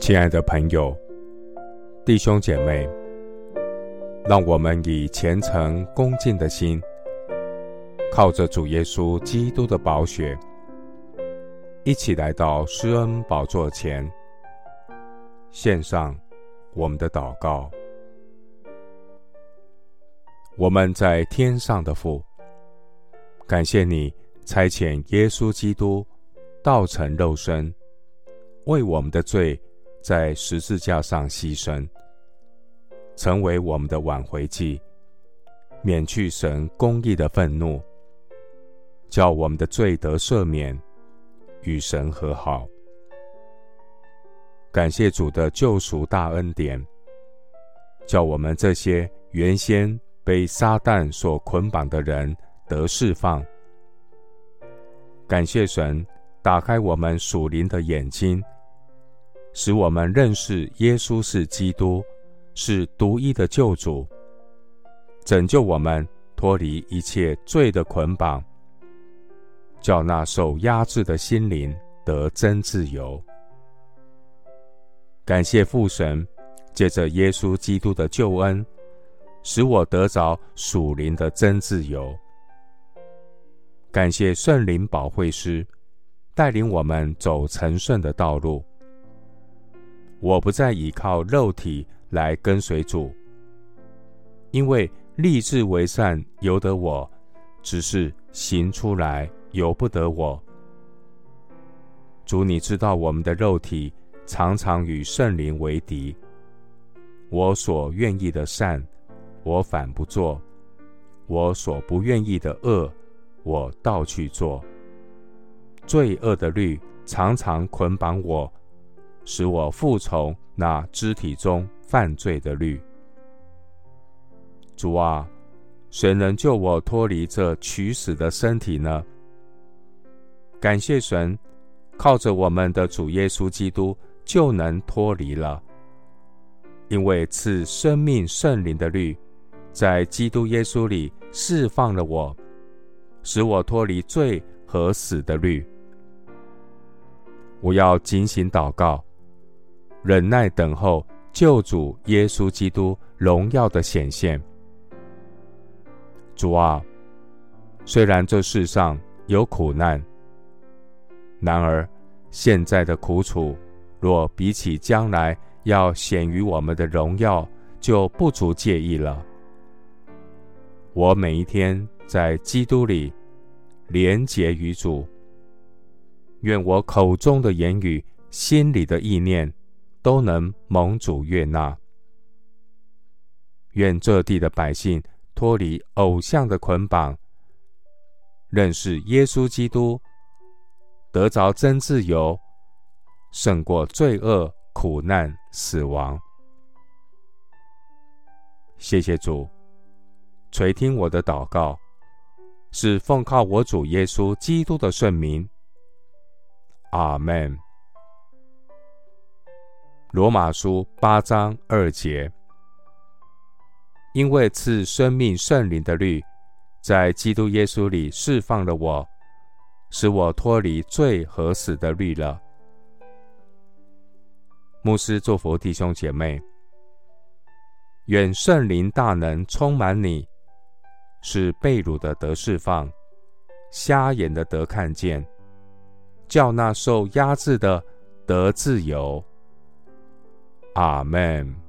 亲爱的朋友、弟兄姐妹，让我们以虔诚恭敬的心，靠着主耶稣基督的宝血，一起来到施恩宝座前，献上我们的祷告。我们在天上的父，感谢你差遣耶稣基督道成肉身，为我们的罪在十字架上牺牲，成为我们的挽回祭，免去神公义的愤怒，叫我们的罪得赦免，与神和好。感谢主的救赎大恩典，叫我们这些原先被撒旦所捆绑的人得释放。感谢神打开我们属灵的眼睛，使我们认识耶稣是基督，是独一的救主，拯救我们脱离一切罪的捆绑，叫那受压制的心灵得真自由。感谢父神借着耶稣基督的救恩，使我得着属灵的真自由。感谢圣灵保惠师带领我们走成圣的道路，我不再依靠肉体来跟随主，因为立志为善由得我，只是行出来由不得我。主，你知道我们的肉体常常与圣灵为敌，我所愿意的善，我反不做；我所不愿意的恶，我倒去做。罪恶的律常常捆绑我，使我服从那肢体中犯罪的律。主啊，谁能救我脱离这取死的身体呢？感谢神，靠着我们的主耶稣基督就能脱离了。因为赐生命圣灵的律在基督耶稣里释放了我，使我脱离罪和死的律。我要警醒祷告，忍耐等候救主耶稣基督荣耀的显现。主啊，虽然这世上有苦难，然而现在的苦楚若比起将来要显于我们的荣耀，就不足介意了。我每一天在基督里连结于主，愿我口中的言语、心里的意念都能蒙主悦纳。愿这地的百姓脱离偶像的捆绑，认识耶稣基督，得着真自由，胜过罪恶、苦难、死亡。谢谢主，垂听我的祷告，是奉靠我主耶稣基督的圣名。阿们。罗马书8章2节，因为赐生命圣灵的律在基督耶稣里释放了我，使我脱离罪和死的律了。牧师祝福弟兄姐妹，愿圣灵大能充满你，使被掳的得释放，瞎眼的得看见，叫那受压制的得自由。阿们。